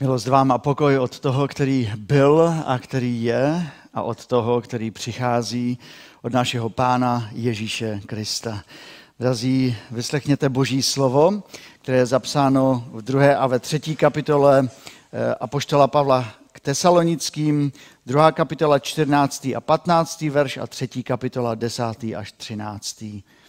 Milost vám a pokoj od toho, který byl a který je, a od toho, který přichází, od našeho Pána Ježíše Krista. Drazí, vyslechněte Boží slovo, které je zapsáno v 2. a ve 3. kapitole apoštola Pavla k Tesalonickým, 2. kapitola 14. a 15. verš a 3. kapitola 10. až 13.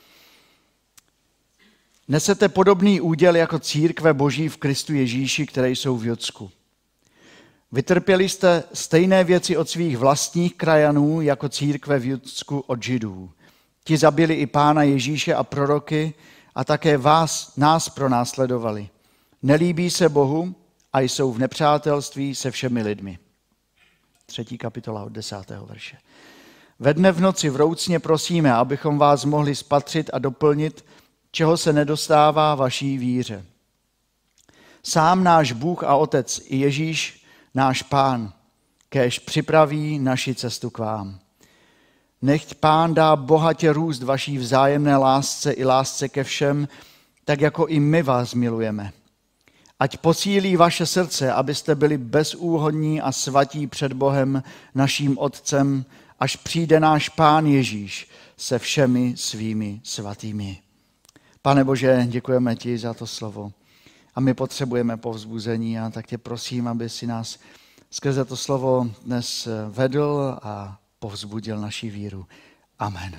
Nesete podobný úděl jako církve Boží v Kristu Ježíši, které jsou v Judsku. Vytrpěli jste stejné věci od svých vlastních krajanů jako církve v Judsku od Židů. Ti zabili i Pána Ježíše a proroky a také nás pronásledovali. Nelíbí se Bohu a jsou v nepřátelství se všemi lidmi. 3. kapitola od 10. verše. Ve dne v noci vroucně prosíme, abychom vás mohli spatřit a doplnit, čeho se nedostává vaší víře. Sám náš Bůh a Otec i Ježíš, náš Pán, kéž připraví naši cestu k vám. Nechť Pán dá bohatě růst vaší vzájemné lásce i lásce ke všem, tak jako i my vás milujeme. Ať posílí vaše srdce, abyste byli bezúhonní a svatí před Bohem, naším Otcem, až přijde náš Pán Ježíš se všemi svými svatými. Pane Bože, děkujeme ti za to slovo a my potřebujeme povzbuzení a tak tě prosím, aby si nás skrze to slovo dnes vedl a povzbudil naši víru. Amen.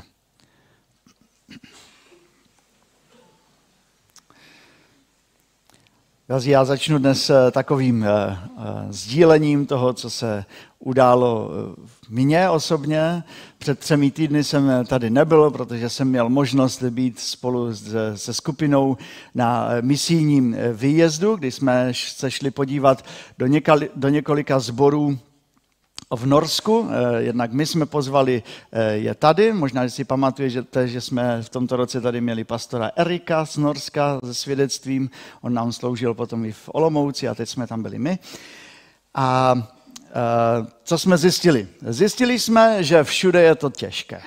Já začnu dnes takovým sdílením toho, co se událo mně osobně. Před 3 týdny jsem tady nebyl, protože jsem měl možnost být spolu se skupinou na misijním výjezdu, kdy jsme se šli podívat do několika sborů v Norsku. Jednak my jsme pozvali je tady, možná, že si pamatujete, že jsme v tomto roce tady měli pastora Erika z Norska se svědectvím. On nám sloužil potom i v Olomouci a teď jsme tam byli my. A co jsme zjistili? Zjistili jsme, že všude je to těžké.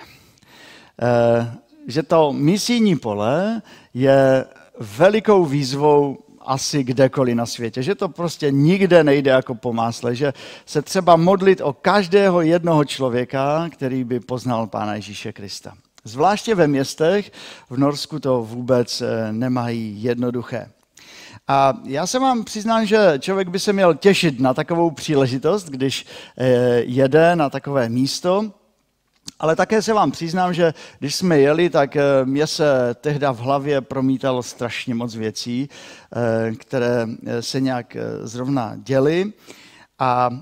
Že to misijní pole je velikou výzvou asi kdekoliv na světě, že to prostě nikde nejde jako po másle, že se třeba modlit o každého jednoho člověka, který by poznal Pána Ježíše Krista. Zvláště ve městech v Norsku to vůbec nemají jednoduché. A já se vám přiznám, že člověk by se měl těšit na takovou příležitost, když jede na takové místo, ale také se vám přiznám, že když jsme jeli, tak mě se tehdy v hlavě promítalo strašně moc věcí, které se nějak zrovna děly. A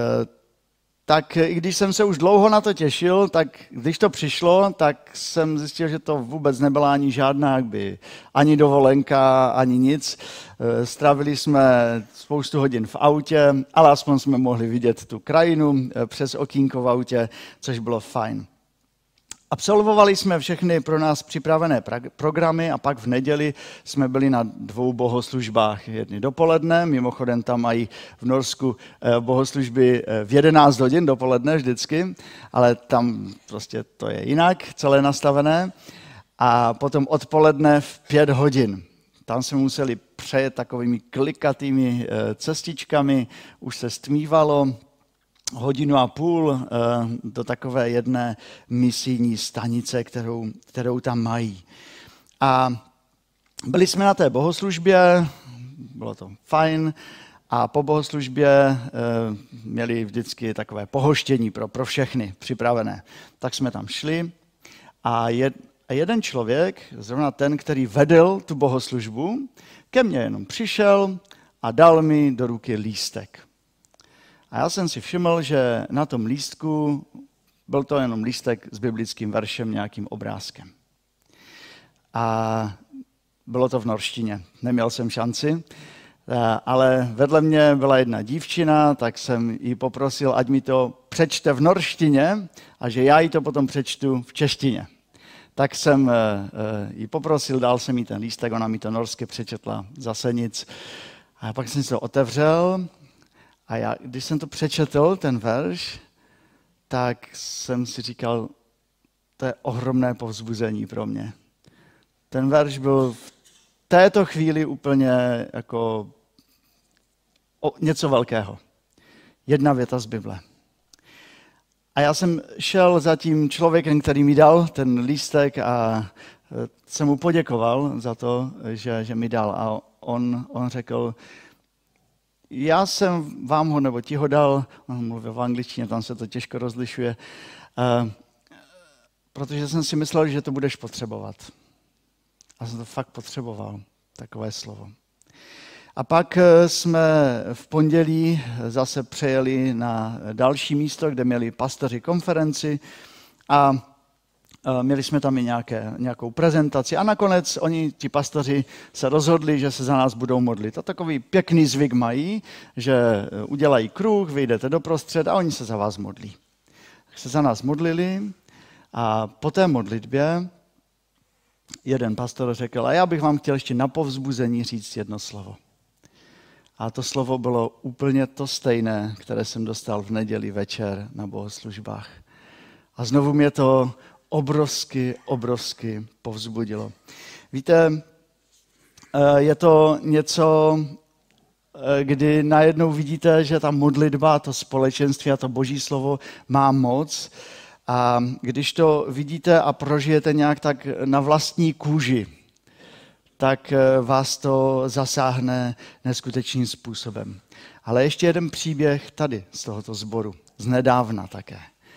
tak i když jsem se už dlouho na to těšil, tak když to přišlo, tak jsem zjistil, že to vůbec nebyla ani žádná ani dovolenka, ani nic. Strávili jsme spoustu hodin v autě, ale aspoň jsme mohli vidět tu krajinu přes okýnko v autě, což bylo fajn. Absolvovali jsme všechny pro nás připravené programy a pak v neděli jsme byli na 2 bohoslužbách. Jedny dopoledne, mimochodem tam mají v Norsku bohoslužby v 11 hodin dopoledne vždycky, ale tam prostě to je jinak, celé nastavené. A potom odpoledne v 5 hodin. Tam jsme museli přejet takovými klikatými cestičkami, už se stmívalo, 1,5 hodiny do takové jedné misijní stanice, kterou tam mají. A byli jsme na té bohoslužbě, bylo to fajn, a po bohoslužbě měli vždycky takové pohoštění pro všechny připravené. Tak jsme tam šli a jeden člověk, zrovna ten, který vedl tu bohoslužbu, ke mně jenom přišel a dal mi do ruky lístek. A já jsem si všiml, že na tom lístku byl to jenom lístek s biblickým veršem, nějakým obrázkem. A bylo to v norštině, neměl jsem šanci, ale vedle mě byla jedna dívčina, tak jsem ji poprosil, ať mi to přečte v norštině a že já jí to potom přečtu v češtině. Tak jsem ji poprosil, dal jsem jí ten lístek, ona mi to norsky přečetla, zase nic. A pak jsem si to otevřel. A já, když jsem to přečetl, ten verš, tak jsem si říkal, to je ohromné povzbuzení pro mě. Ten verš byl v této chvíli úplně jako něco velkého. Jedna věta z Bible. A já jsem šel za tím člověkem, který mi dal ten lístek a jsem mu poděkoval za to, že mi dal. A on řekl, já jsem vám ho, nebo ti ho dal, on mluvil v angličtině, tam se to těžko rozlišuje, protože jsem si myslel, že to budeš potřebovat. A jsem to fakt potřeboval, takové slovo. A pak jsme v pondělí zase přejeli na další místo, kde měli pastoři konferenci a měli jsme tam i nějakou prezentaci a nakonec ti pastoři se rozhodli, že se za nás budou modlit. A takový pěkný zvyk mají, že udělají kruh, vyjdete doprostřed a oni se za vás modlí. Tak se za nás modlili a po té modlitbě jeden pastor řekl, a já bych vám chtěl ještě na povzbuzení říct jedno slovo. A to slovo bylo úplně to stejné, které jsem dostal v neděli večer na bohoslužbách. A znovu mě to obrovsky povzbudilo. Víte, je to něco, kdy najednou vidíte, že ta modlitba, to společenství a to Boží slovo má moc. A když to vidíte a prožijete nějak tak na vlastní kůži, tak vás to zasáhne neskutečným způsobem. Ale ještě jeden příběh tady z tohoto sboru, z nedávna také.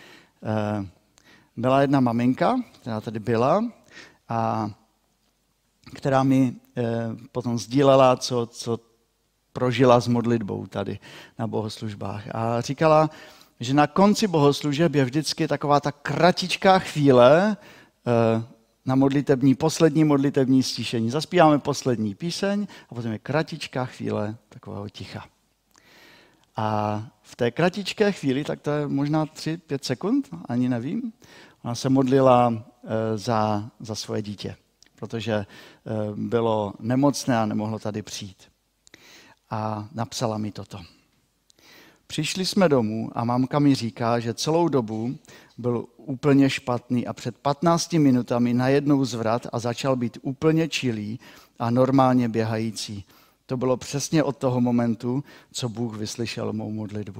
Byla jedna maminka, která tady byla, a která mi potom sdílela, co prožila s modlitbou tady na bohoslužbách. A říkala, že na konci bohoslužeb je vždycky taková ta kratičká chvíle na poslední modlitební stišení. Zaspíváme poslední píseň a potom je kratičká chvíle takového ticha. A v té kratičké chvíli, tak to je možná 3-5 sekund, ani nevím, ona se modlila za svoje dítě, protože bylo nemocné a nemohlo tady přijít. A napsala mi toto. Přišli jsme domů a mamka mi říká, že celou dobu byl úplně špatný a před 15 minutami najednou zvrat a začal být úplně čilý a normálně běhající. To bylo přesně od toho momentu, co Bůh vyslyšel mou modlitbu.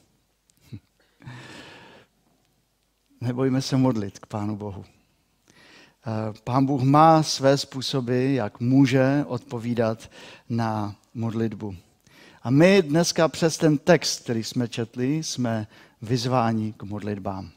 Nebojme se modlit k Pánu Bohu. Pán Bůh má své způsoby, jak může odpovídat na modlitbu. A my dneska přes ten text, který jsme četli, jsme vyzváni k modlitbám.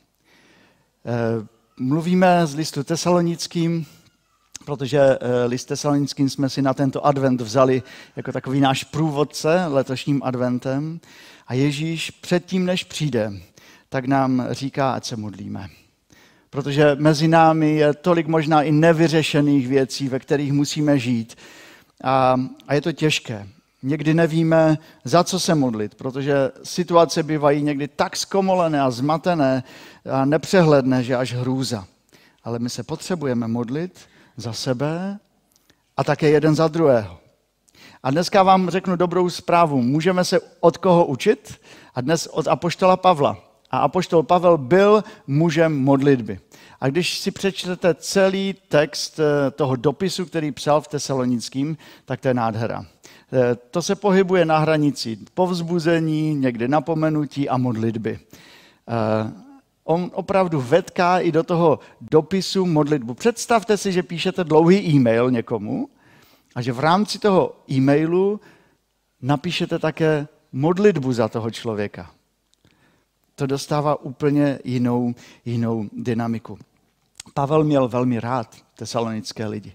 Mluvíme z listu tesalonickým, protože list tesalonickým jsme si na tento advent vzali jako takový náš průvodce letošním adventem. A Ježíš předtím, než přijde, tak nám říká, ať se modlíme. Protože mezi námi je tolik možná i nevyřešených věcí, ve kterých musíme žít. A je to těžké. Někdy nevíme, za co se modlit, protože situace bývají někdy tak zkomolené a zmatené a nepřehledné, že až hrůza. Ale my se potřebujeme modlit za sebe a také jeden za druhého. A dneska vám řeknu dobrou zprávu. Můžeme se od koho učit? A dnes od apoštola Pavla. A apoštol Pavel byl mužem modlitby. A když si přečtete celý text toho dopisu, který psal v Tesalonickým, tak to je nádhera. To se pohybuje na hranici povzbuzení, někdy napomenutí a modlitby. On opravdu vetká i do toho dopisu modlitbu. Představte si, že píšete dlouhý e-mail někomu a že v rámci toho e-mailu napíšete také modlitbu za toho člověka. To dostává úplně jinou dynamiku. Pavel měl velmi rád tesalonické lidi.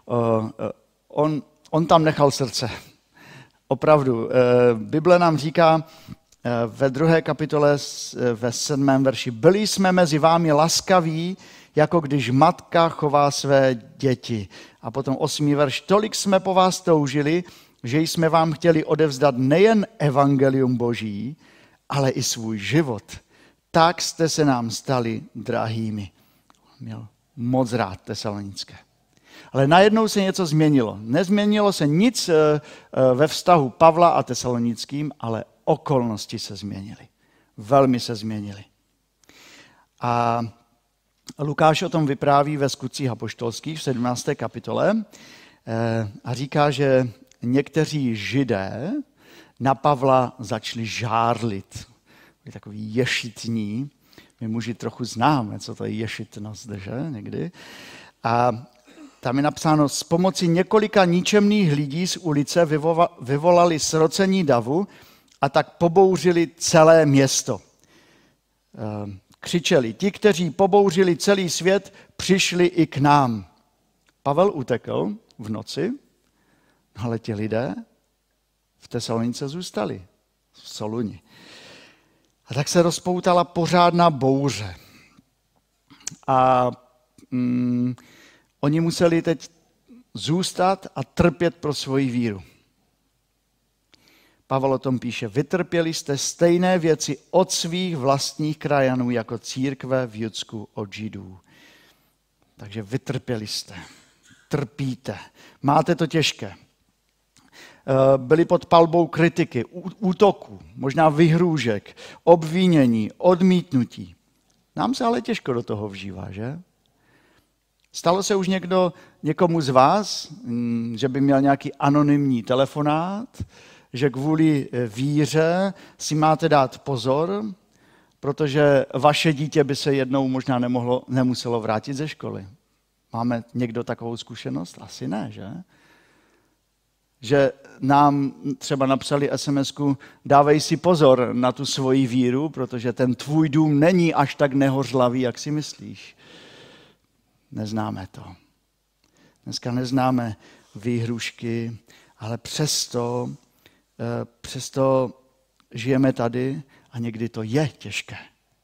On tam nechal srdce. Opravdu. Bible nám říká ve 2. kapitole ve 7. verši. Byli jsme mezi vámi laskaví, jako když matka chová své děti. A potom 8. verš. Tolik jsme po vás toužili, že jsme vám chtěli odevzdat nejen evangelium Boží, ale i svůj život. Tak jste se nám stali drahými. Měl moc rád tesalonické. Ale najednou se něco změnilo. Nezměnilo se nic ve vztahu Pavla a tesalonickým, ale okolnosti se změnily. Velmi se změnily. A Lukáš o tom vypráví ve Skutcích apoštolských v 17. kapitole a říká, že někteří Židé na Pavla začali žárlit. Byli takový ješitní. My muži trochu známe, co to je ješitnost, že? Někdy. A tam je napsáno, s pomocí několika ničemných lidí z ulice vyvolali srocení davu a tak pobouřili celé město. Křičeli, ti, kteří pobouřili celý svět, přišli i k nám. Pavel utekl v noci, ale ti lidé v Tesalonice zůstali, v Soluni. A tak se rozpoutala pořádná bouře. A oni museli teď zůstat a trpět pro svoji víru. Pavel o tom píše, vytrpěli jste stejné věci od svých vlastních krajanů jako církve v Judsku od Židů. Takže vytrpěli jste, trpíte, máte to těžké. Byli pod palbou kritiky, útoku, možná vyhrůžek, obvinění, odmítnutí. Nám se ale těžko do toho vžívá, že? Stalo se už někomu z vás, že by měl nějaký anonymní telefonát, že kvůli víře si máte dát pozor, protože vaše dítě by se jednou možná nemuselo vrátit ze školy. Máme někdo takovou zkušenost? Asi ne, že? Že nám třeba napsali SMS-ku, dávej si pozor na tu svoji víru, protože ten tvůj dům není až tak nehořlavý, jak si myslíš. Neznáme to. Dneska neznáme výhrušky, ale přesto žijeme tady a někdy to je těžké.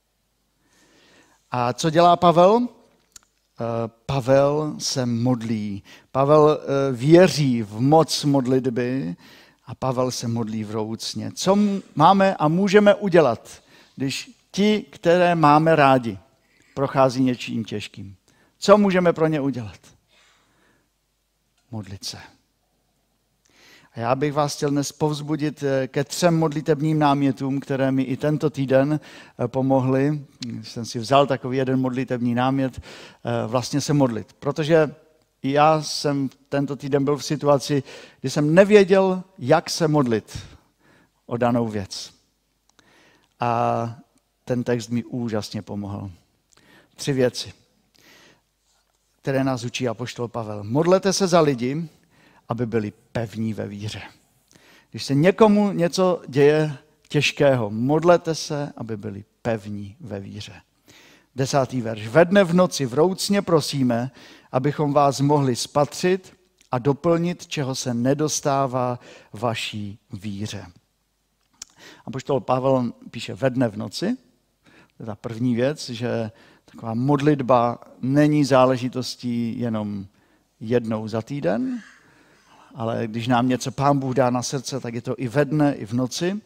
A co dělá Pavel? Pavel se modlí. Pavel věří v moc modlitby a Pavel se modlí vroucně. Co máme a můžeme udělat, když ti, které máme rádi, prochází něčím těžkým? Co můžeme pro ně udělat? Modlit se. A já bych vás chtěl dnes povzbudit ke 3 modlitebním námětům, které mi i tento týden pomohly. Jsem si vzal takový jeden modlitební námět, vlastně se modlit. Protože já jsem tento týden byl v situaci, kdy jsem nevěděl, jak se modlit o danou věc. A ten text mi úžasně pomohl. 3 věci, které nás učí apoštol Pavel. Modlete se za lidi, aby byli pevní ve víře. Když se někomu něco děje těžkého, modlete se, aby byli pevní ve víře. 10. verš. Ve dne v noci vroucně prosíme, abychom vás mohli spatřit a doplnit, čeho se nedostává vaší víře. Apoštol Pavel píše ve dne v noci. To je ta první věc, že taková modlitba není záležitostí jenom jednou za týden, ale když nám něco Pán Bůh dá na srdce, tak je to i ve dne, i v noci.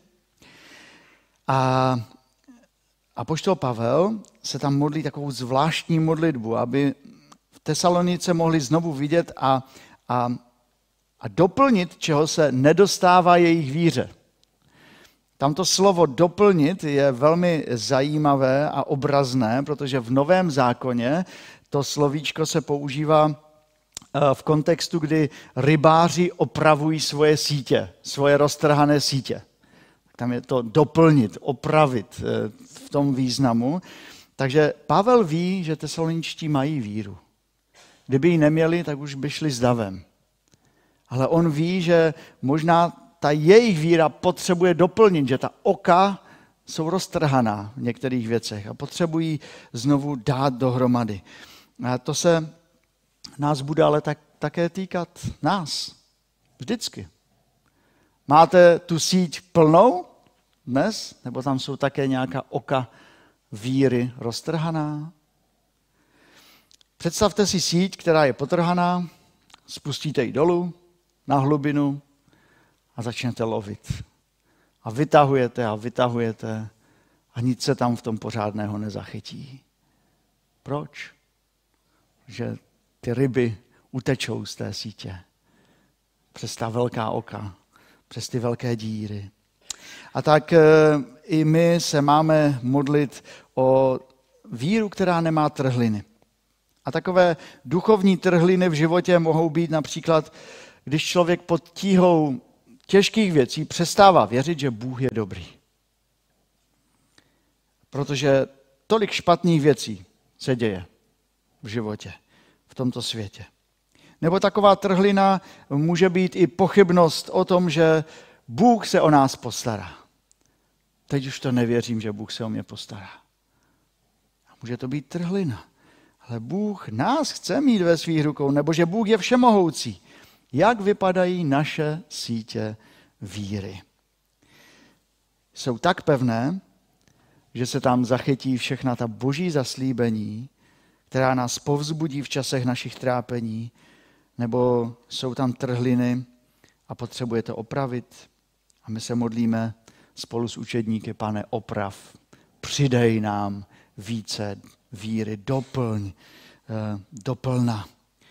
A apoštol Pavel se tam modlí takovou zvláštní modlitbu, aby v Tesalonice mohli znovu vidět a doplnit, čeho se nedostává jejich víře. Tamto slovo doplnit je velmi zajímavé a obrazné, protože v Novém zákoně to slovíčko se používá v kontextu, kdy rybáři opravují svoje sítě, svoje roztrhané sítě. Tam je to doplnit, opravit v tom významu. Takže Pavel ví, že tesaloničtí mají víru. Kdyby ji neměli, tak už by šli s davem. Ale on ví, že možná ta jejich víra potřebuje doplnit, že ta oka jsou roztrhaná v některých věcech a potřebují znovu dát dohromady. A to se nás bude ale také týkat nás. Vždycky. Máte tu síť plnou dnes? Nebo tam jsou také nějaká oka víry roztrhaná? Představte si síť, která je potrhaná, spustíte ji dolů, na hlubinu a začnete lovit. A vytahujete a nic se tam v tom pořádného nezachytí. Proč? Že ty ryby utečou z té sítě. Přes ta velká oka, přes ty velké díry. A tak i my se máme modlit o víru, která nemá trhliny. A takové duchovní trhliny v životě mohou být například, když člověk pod tíhou těžkých věcí přestává věřit, že Bůh je dobrý. Protože tolik špatných věcí se děje v životě, v tomto světě. Nebo taková trhlina může být i pochybnost o tom, že Bůh se o nás postará. Teď už to nevěřím, že Bůh se o mě postará. A může to být trhlina. Ale Bůh nás chce mít ve svých rukou, nebo že Bůh je všemohoucí. Jak vypadají naše sítě víry? Jsou tak pevné, že se tam zachytí všechna ta boží zaslíbení, která nás povzbudí v časech našich trápení, nebo jsou tam trhliny a potřebuje to opravit. A my se modlíme spolu s učedníky, Pane, oprav, přidej nám více víry, doplna.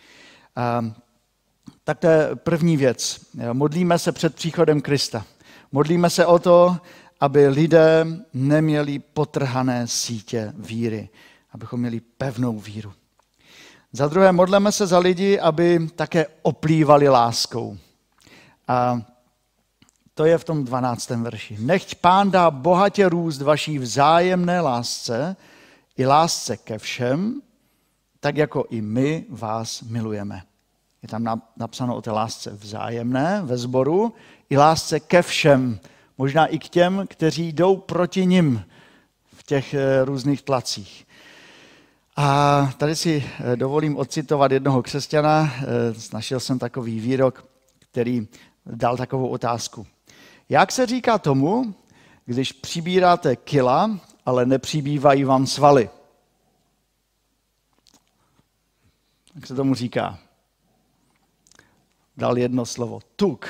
Tak to je první věc. Modlíme se před příchodem Krista. Modlíme se o to, aby lidé neměli potrhané sítě víry, abychom měli pevnou víru. Za druhé, modleme se za lidi, aby také oplývali láskou. A to je v tom 12. verši. Nechť Pán dá bohatě růst vaší vzájemné lásce i lásce ke všem, tak jako i my vás milujeme. Je tam napsáno o té lásce vzájemné ve sboru i lásce ke všem. Možná i k těm, kteří jdou proti nim v těch různých tlacích. A tady si dovolím odcitovat jednoho křesťana. Našel jsem takový výrok, který dal takovou otázku. Jak se říká tomu, když přibíráte kila, ale nepřibývají vám svaly? Jak se tomu říká? Dal jedno slovo. Tuk.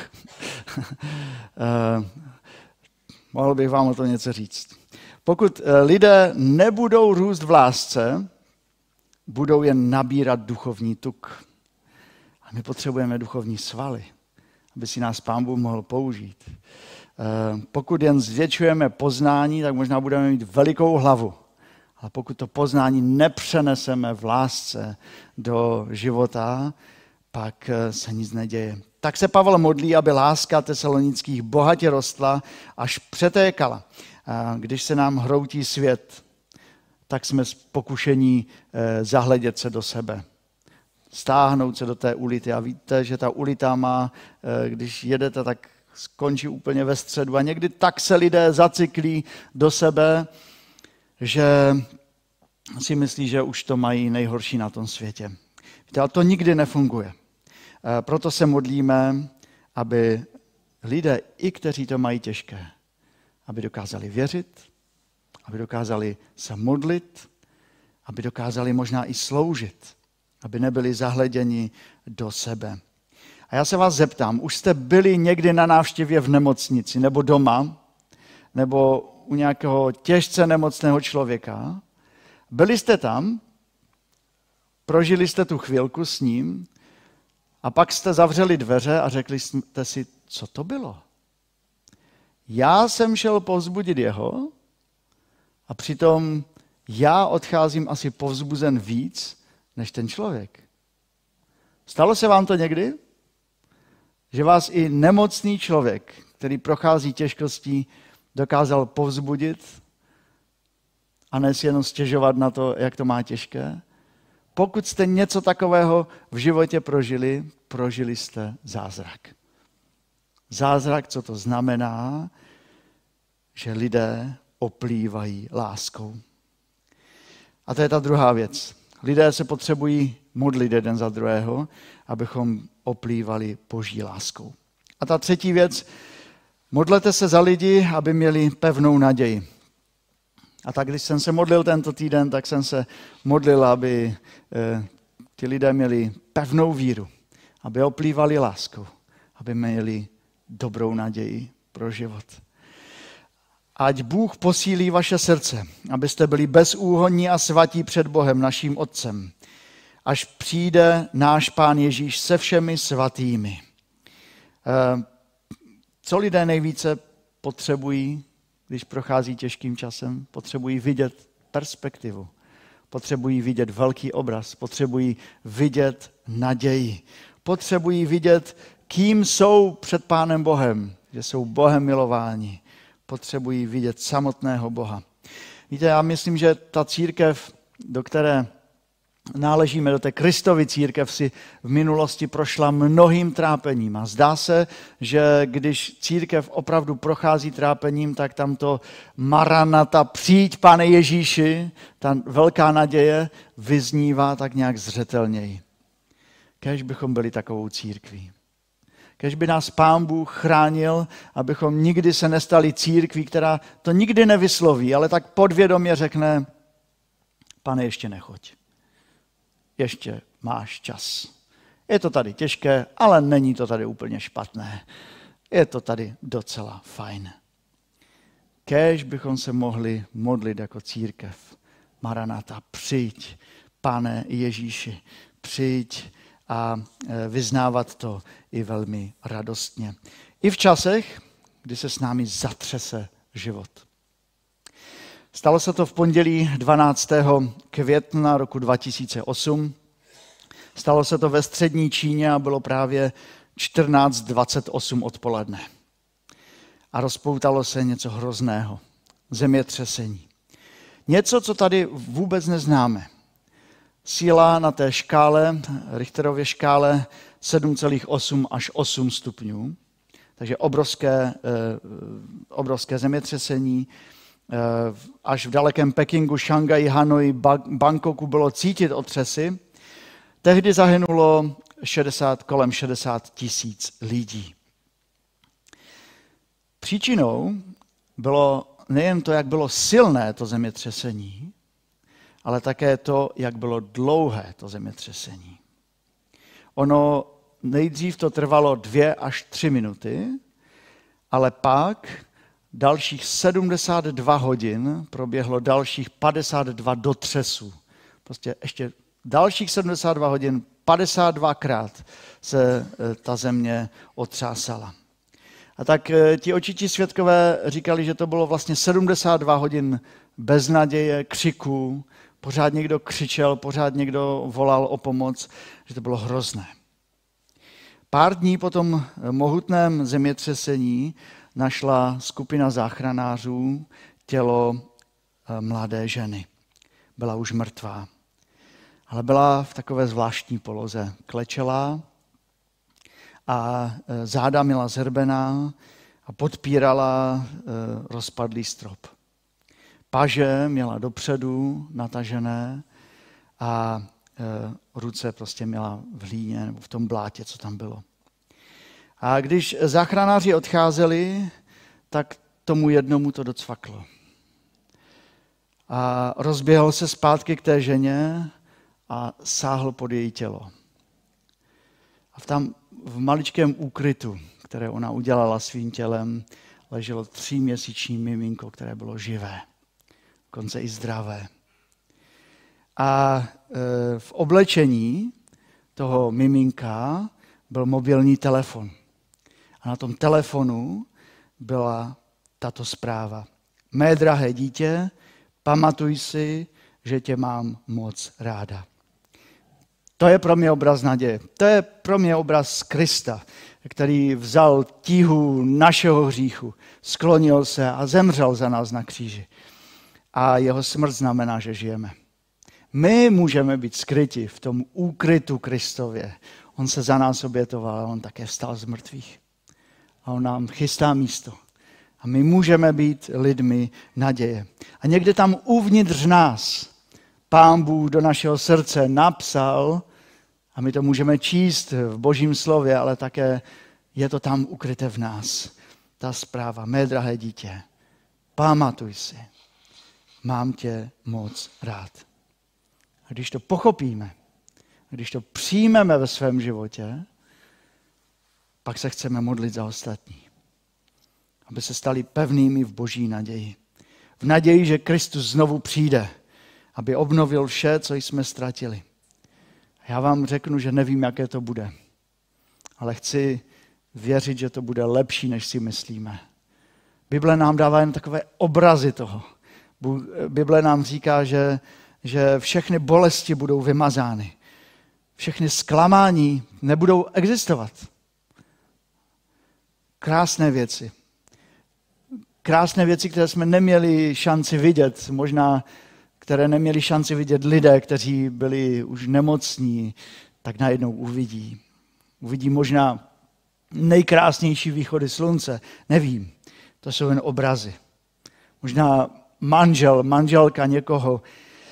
Mohl bych vám o to něco říct. Pokud lidé nebudou růst v lásce, budou jen nabírat duchovní tuk. A my potřebujeme duchovní svaly, aby si nás Pán Bůh mohl použít. Pokud jen zvětšujeme poznání, tak možná budeme mít velikou hlavu. Ale pokud to poznání nepřeneseme v lásce do života, pak se nic neděje. Tak se Pavel modlí, aby láska tesalonických bohatě rostla, až přetékala. Když se nám hroutí svět, tak jsme pokušení zahledět se do sebe. Stáhnout se do té ulity. A víte, že ta ulita má, když jedete, tak skončí úplně ve středu. A někdy tak se lidé zacyklí do sebe, že si myslí, že už to mají nejhorší na tom světě. Víte, ale to nikdy nefunguje. Proto se modlíme, aby lidé, i kteří to mají těžké, aby dokázali věřit, aby dokázali se modlit, aby dokázali možná i sloužit, aby nebyli zahleděni do sebe. A já se vás zeptám, už jste byli někdy na návštěvě v nemocnici nebo doma, nebo u nějakého těžce nemocného člověka? Byli jste tam, prožili jste tu chvilku s ním a pak jste zavřeli dveře a řekli jste si, co to bylo? Já jsem šel povzbudit jeho a přitom já odcházím asi povzbuzen víc než ten člověk. Stalo se vám to někdy? Že vás i nemocný člověk, který prochází těžkostí, dokázal povzbudit a ne si jenom stěžovat na to, jak to má těžké? Pokud jste něco takového v životě prožili jste zázrak. Zázrak, co to znamená, že lidé oplývají láskou. A to je ta druhá věc. Lidé se potřebují modlit jeden za druhého, abychom oplývali boží láskou. A ta třetí věc, modlete se za lidi, aby měli pevnou naději. A tak, když jsem se modlil tento týden, tak jsem se modlil, aby ti lidé měli pevnou víru, aby oplývali láskou, aby měli dobrou naději pro život. Ať Bůh posílí vaše srdce, abyste byli bezúhonní a svatí před Bohem, naším Otcem, až přijde náš Pán Ježíš se všemi svatými. Co lidé nejvíce potřebují, když prochází těžkým časem? Potřebují vidět perspektivu, potřebují vidět velký obraz, potřebují vidět naději, potřebují vidět, kým jsou před Pánem Bohem, že jsou Bohem milováni. Potřebují vidět samotného Boha. Víte, já myslím, že ta církev, do které náležíme, do té Kristovy církev, si v minulosti prošla mnohým trápením. A zdá se, že když církev opravdu prochází trápením, tak tam to Maranata, přijď, Pane Ježíši, ta velká naděje vyznívá tak nějak zřetelněji. Kéž bychom byli takovou církví. Kéž by nás Pán Bůh chránil, abychom nikdy se nestali církví, která to nikdy nevysloví, ale tak podvědomě řekne, Pane, ještě nechoď. Ještě máš čas. Je to tady těžké, ale není to tady úplně špatné. Je to tady docela fajn. Kéž bychom se mohli modlit jako církev. Maranata, přijď, Pane Ježíši, přijď a vyznávat to i velmi radostně. I v časech, kdy se s námi zatřese život. Stalo se to v pondělí 12. května roku 2008. Stalo se to ve střední Číně a bylo právě 14:28 odpoledne. A rozpoutalo se něco hrozného. Zemětřesení. Něco, co tady vůbec neznáme. Síla na té škále, Richterově škále 7,8 až 8 stupňů. Takže obrovské zemětřesení. Až v dalekém Pekingu, Šanghaji, Hanoji, Bangkoku bylo cítit otřesy. Tehdy zahynulo kolem 60 000 lidí. Příčinou bylo nejen to, jak bylo silné to zemětřesení, ale také to, jak bylo dlouhé to zemětřesení. Ono nejdřív to trvalo 2 až 3 minuty, ale pak dalších 72 hodin proběhlo dalších 52 dotřesů. Prostě ještě dalších 72 hodin, 52krát se ta země otřásala. A tak ti očití svědkové říkali, že to bylo vlastně 72 hodin beznaděje, křiků, pořád někdo křičel, pořád někdo volal o pomoc, že to bylo hrozné. Pár dní po tom mohutném zemětřesení našla skupina záchranářů tělo mladé ženy. Byla už mrtvá, ale byla v takové zvláštní poloze. Klečela a záda měla zhrbená a podpírala rozpadlý strop. Paže měla dopředu natažené a ruce prostě měla v hlíně nebo v tom blátě, co tam bylo. A když záchranáři odcházeli, tak tomu jednomu to docvaklo. A rozběhl se zpátky k té ženě a sáhl pod její tělo. A tam v maličkém úkrytu, které ona udělala svým tělem, leželo 3měsíční miminko, které bylo živé, dokonce i zdravé. A v oblečení toho miminka byl mobilní telefon. A na tom telefonu byla tato zpráva. Mé drahé dítě, pamatuj si, že tě mám moc ráda. To je pro mě obraz naděje. To je pro mě obraz Krista, který vzal tíhu našeho hříchu, sklonil se a zemřel za nás na kříži. A jeho smrt znamená, že žijeme. My můžeme být skryti v tom úkrytu Kristově. On se za nás obětoval a on také vstal z mrtvých. A on nám chystá místo. A my můžeme být lidmi naděje. A někde tam uvnitř nás Pán Bůh do našeho srdce napsal, a my to můžeme číst v Božím slově, ale také je to tam ukryté v nás. Ta zpráva, mé drahé dítě, pamatuj si, mám tě moc rád. A když to pochopíme, když to přijmeme ve svém životě, pak se chceme modlit za ostatní. Aby se stali pevnými v Boží naději. V naději, že Kristus znovu přijde, aby obnovil vše, co jsme ztratili. Já vám řeknu, že nevím, jaké to bude. Ale chci věřit, že to bude lepší, než si myslíme. Bible nám dává jen takové obrazy toho. Bible nám říká, že všechny bolesti budou vymazány. Všechny zklamání nebudou existovat. krásné věci. Krásné věci, které jsme neměli šanci vidět, možná které neměli šanci vidět lidé, kteří byli už nemocní, tak najednou uvidí. Uvidí možná nejkrásnější východy slunce. Nevím, to jsou jen obrazy. Možná manželka někoho,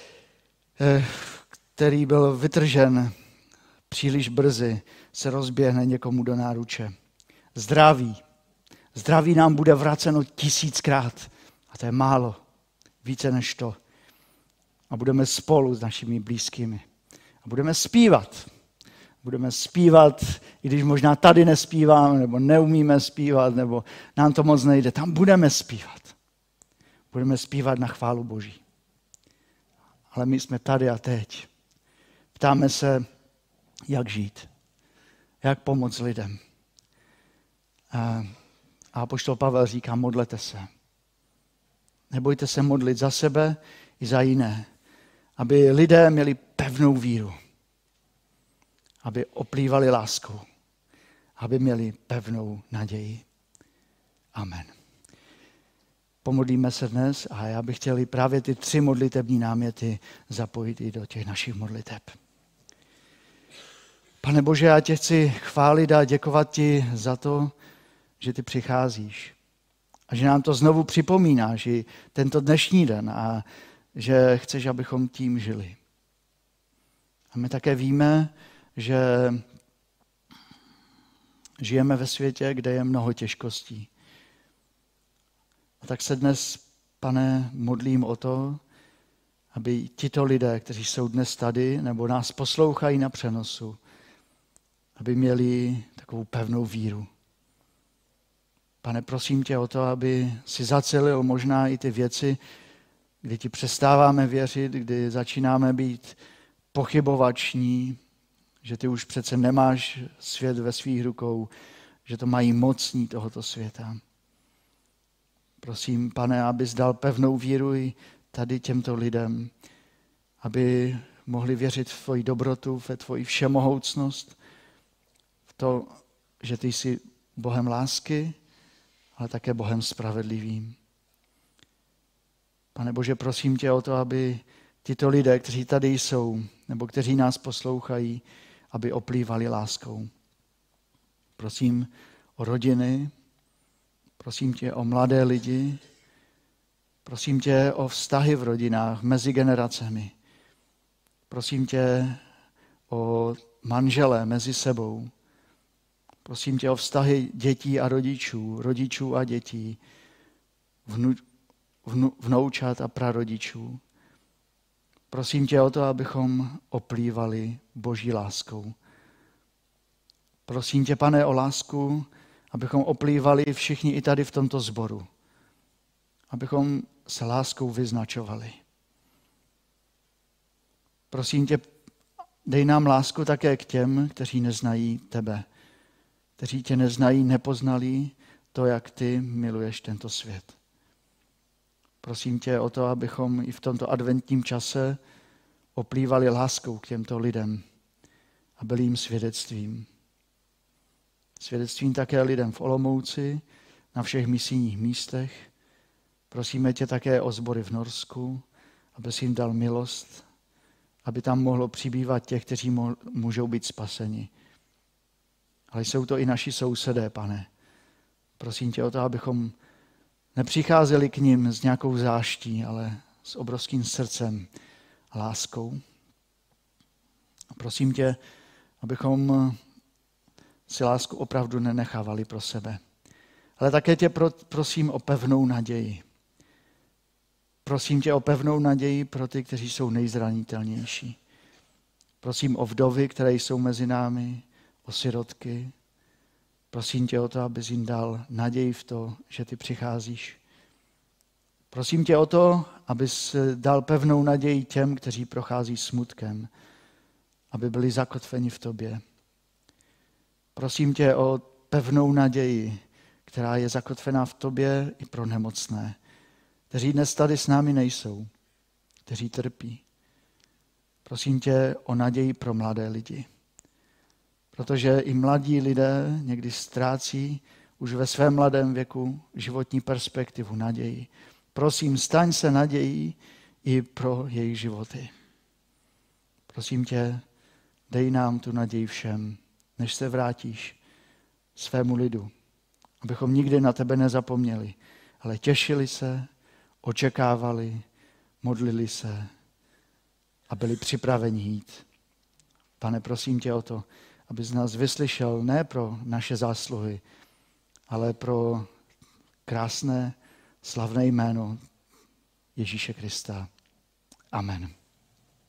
který byl vytržen příliš brzy, se rozběhne někomu do náruče. Zdraví nám bude vraceno 1000krát. A to je málo. Více než to. A budeme spolu s našimi blízkými. A budeme zpívat. Budeme zpívat, i když možná tady nespíváme, nebo neumíme zpívat, nebo nám to moc nejde. Tam budeme zpívat. Budeme zpívat na chválu Boží. Ale my jsme tady a teď. Ptáme se, jak žít. Jak pomoct lidem. A apoštol Pavel říká, modlete se. Nebojte se modlit za sebe i za jiné. Aby lidé měli pevnou víru. Aby oplývali láskou. Aby měli pevnou naději. Amen. Pomodlíme se dnes a já bych chtěl právě ty 3 modlitební náměty zapojit i do těch našich modliteb. Pane Bože, já tě chci chválit a děkovat ti za to, že ty přicházíš. A že nám to znovu připomínáš i tento dnešní den a že chceš, abychom tím žili. A my také víme, že žijeme ve světě, kde je mnoho těžkostí. A tak se dnes, Pane, modlím o to, aby tito lidé, kteří jsou dnes tady nebo nás poslouchají na přenosu, aby měli takovou pevnou víru. Pane, prosím tě o to, aby si zacelil možná i ty věci, kdy ti přestáváme věřit, kdy začínáme být pochybovační, že ty už přece nemáš svět ve svých rukou, že to mají mocní tohoto světa. Prosím, Pane, abys dal pevnou víru i tady těmto lidem, aby mohli věřit v tvoji dobrotu, ve tvoji všemohoucnost, v to, že ty jsi Bohem lásky, ale také Bohem spravedlivým. Pane Bože, prosím tě o to, aby tito lidé, kteří tady jsou, nebo kteří nás poslouchají, aby oplývali láskou. Prosím o rodiny, prosím tě o mladé lidi, prosím tě o vztahy v rodinách mezi generacemi. Prosím tě o manžele mezi sebou. Prosím tě o vztahy dětí a rodičů, rodičů a dětí, vnoučat a prarodičů. Prosím tě o to, abychom oplývali Boží láskou. Prosím tě, Pane, o lásku, abychom oplývali všichni i tady v tomto sboru. Abychom se láskou vyznačovali. Prosím tě, dej nám lásku také k těm, kteří neznají tebe. Kteří tě neznají, nepoznali to, jak ty miluješ tento svět. Prosím tě o to, abychom i v tomto adventním čase oplývali láskou k těmto lidem a byli jim svědectvím. Svědectvím také lidem v Olomouci, na všech misijních místech. Prosíme tě také o sbory v Norsku, aby jsi jim dal milost, aby tam mohlo přibývat těch, kteří můžou být spaseni. Ale jsou to i naši sousedé, Pane. Prosím tě o to, abychom nepřicházeli k nim s nějakou záští, ale s obrovským srdcem a láskou. A prosím tě, abychom si lásku opravdu nenechávali pro sebe. Ale také tě prosím o pevnou naději. Prosím tě o pevnou naději pro ty, kteří jsou nejzranitelnější. Prosím o vdovy, které jsou mezi námi, o sirotky. Prosím tě o to, abys jim dal naději v to, že ty přicházíš. Prosím tě o to, abys dal pevnou naději těm, kteří prochází smutkem, aby byli zakotveni v tobě. Prosím tě o pevnou naději, která je zakotvená v tobě i pro nemocné, kteří dnes tady s námi nejsou, kteří trpí. Prosím tě o naději pro mladé lidi, protože i mladí lidé někdy ztrácí už ve svém mladém věku životní perspektivu, naději. Prosím, staň se nadějí i pro jejich životy. Prosím tě, dej nám tu naději všem, než se vrátíš svému lidu, abychom nikdy na tebe nezapomněli, ale těšili se, očekávali, modlili se a byli připraveni jít. Pane, prosím tě o to, abys nás vyslyšel ne pro naše zásluhy, ale pro krásné, slavné jméno Ježíše Krista. Amen.